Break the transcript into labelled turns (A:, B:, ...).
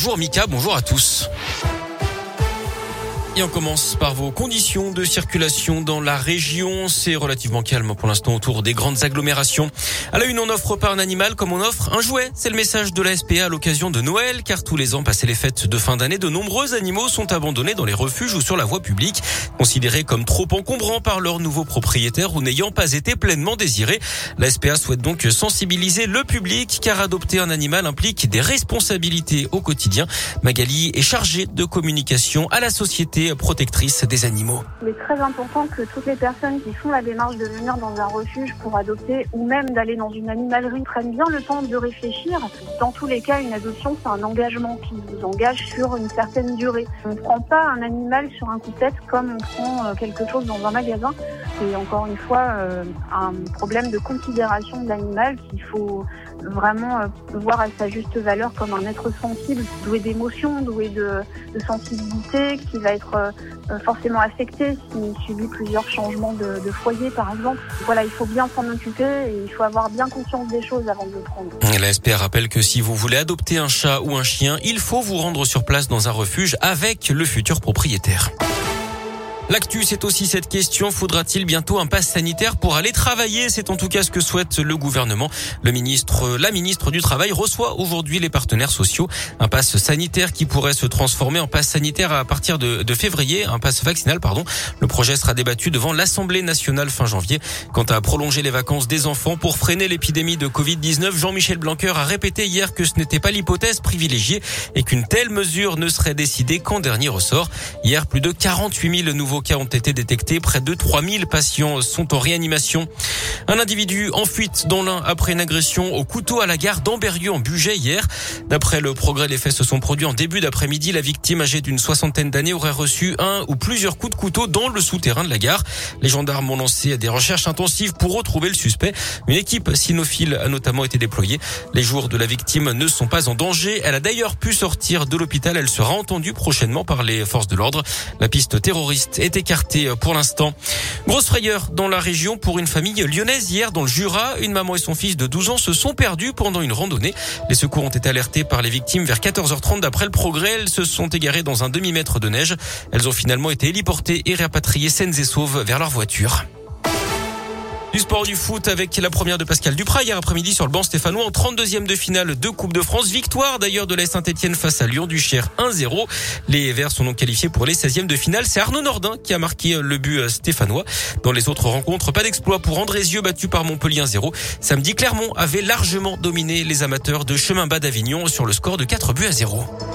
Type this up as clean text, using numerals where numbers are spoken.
A: Bonjour Mika, bonjour à tous. Et on commence par vos conditions de circulation dans la région. C'est relativement calme pour l'instant autour des grandes agglomérations. À la une, on n'offre pas un animal comme on offre un jouet. C'est le message de la SPA à l'occasion de Noël, car tous les ans, passé les fêtes de fin d'année, de nombreux animaux sont abandonnés dans les refuges ou sur la voie publique, considérés comme trop encombrants par leurs nouveaux propriétaires ou n'ayant pas été pleinement désirés. La SPA souhaite donc sensibiliser le public, car adopter un animal implique des responsabilités au quotidien. Magali est chargée de communication à la société protectrice des animaux.
B: Il est très important que toutes les personnes qui font la démarche de venir dans un refuge pour adopter ou même d'aller dans une animalerie prennent bien le temps de réfléchir. Dans tous les cas, une adoption, c'est un engagement qui vous engage sur une certaine durée. On ne prend pas un animal sur un coup de tête comme on prend quelque chose dans un magasin. C'est encore une fois un problème de considération de l'animal qu'il faut vraiment voir à sa juste valeur comme un être sensible, doué d'émotions, doué de sensibilité, qui va être forcément affecté s'il subit plusieurs changements de foyer par exemple. Voilà, il faut bien s'en occuper et il faut avoir bien conscience des choses avant de le prendre.
A: La SPA rappelle que si vous voulez adopter un chat ou un chien, il faut vous rendre sur place dans un refuge avec le futur propriétaire. L'actu, c'est aussi cette question. Faudra-t-il bientôt un pass sanitaire pour aller travailler? C'est en tout cas ce que souhaite le gouvernement. La ministre du Travail reçoit aujourd'hui les partenaires sociaux. Un pass sanitaire qui pourrait se transformer en pass sanitaire à partir de février. Un pass vaccinal, pardon. Le projet sera débattu devant l'Assemblée nationale fin janvier. Quant à prolonger les vacances des enfants pour freiner l'épidémie de Covid-19, Jean-Michel Blanquer a répété hier que ce n'était pas l'hypothèse privilégiée et qu'une telle mesure ne serait décidée qu'en dernier ressort. Hier, plus de 48 000 nouveaux cas ont été détectés. Près de 3000 patients sont en réanimation. Un individu en fuite dans l'Ain après une agression au couteau à la gare d'Ambérieu en Bugey hier. D'après le Progrès, les faits se sont produits en début d'après-midi. La victime, âgée d'une soixantaine d'années, aurait reçu un ou plusieurs coups de couteau dans le souterrain de la gare. Les gendarmes ont lancé des recherches intensives pour retrouver le suspect. Une équipe cynophile a notamment été déployée. Les jours de la victime ne sont pas en danger. Elle a d'ailleurs pu sortir de l'hôpital. Elle sera entendue prochainement par les forces de l'ordre. La piste terroriste est écartée pour l'instant. Grosse frayeur dans la région pour une famille lyonnaise hier dans le Jura. Une maman et son fils de 12 ans se sont perdus pendant une randonnée. Les secours ont été alertés par les victimes vers 14h30 d'après le Progrès. Elles se sont égarées dans un demi-mètre de neige. Elles ont finalement été héliportées et rapatriées saines et sauves vers leur voiture. Du sport, du foot avec la première de Pascal Duprat hier après-midi sur le banc stéphanois en 32e de finale de Coupe de France. Victoire d'ailleurs de l'AS Saint-Etienne face à Lyon du Cher 1-0. Les Verts sont donc qualifiés pour les 16e de finale. C'est Arnaud Nordin qui a marqué le but stéphanois. Dans les autres rencontres, pas d'exploit pour Andrézieux battu par Montpellier 1-0. Samedi, Clermont avait largement dominé les amateurs de chemin bas d'Avignon sur le score de 4-0.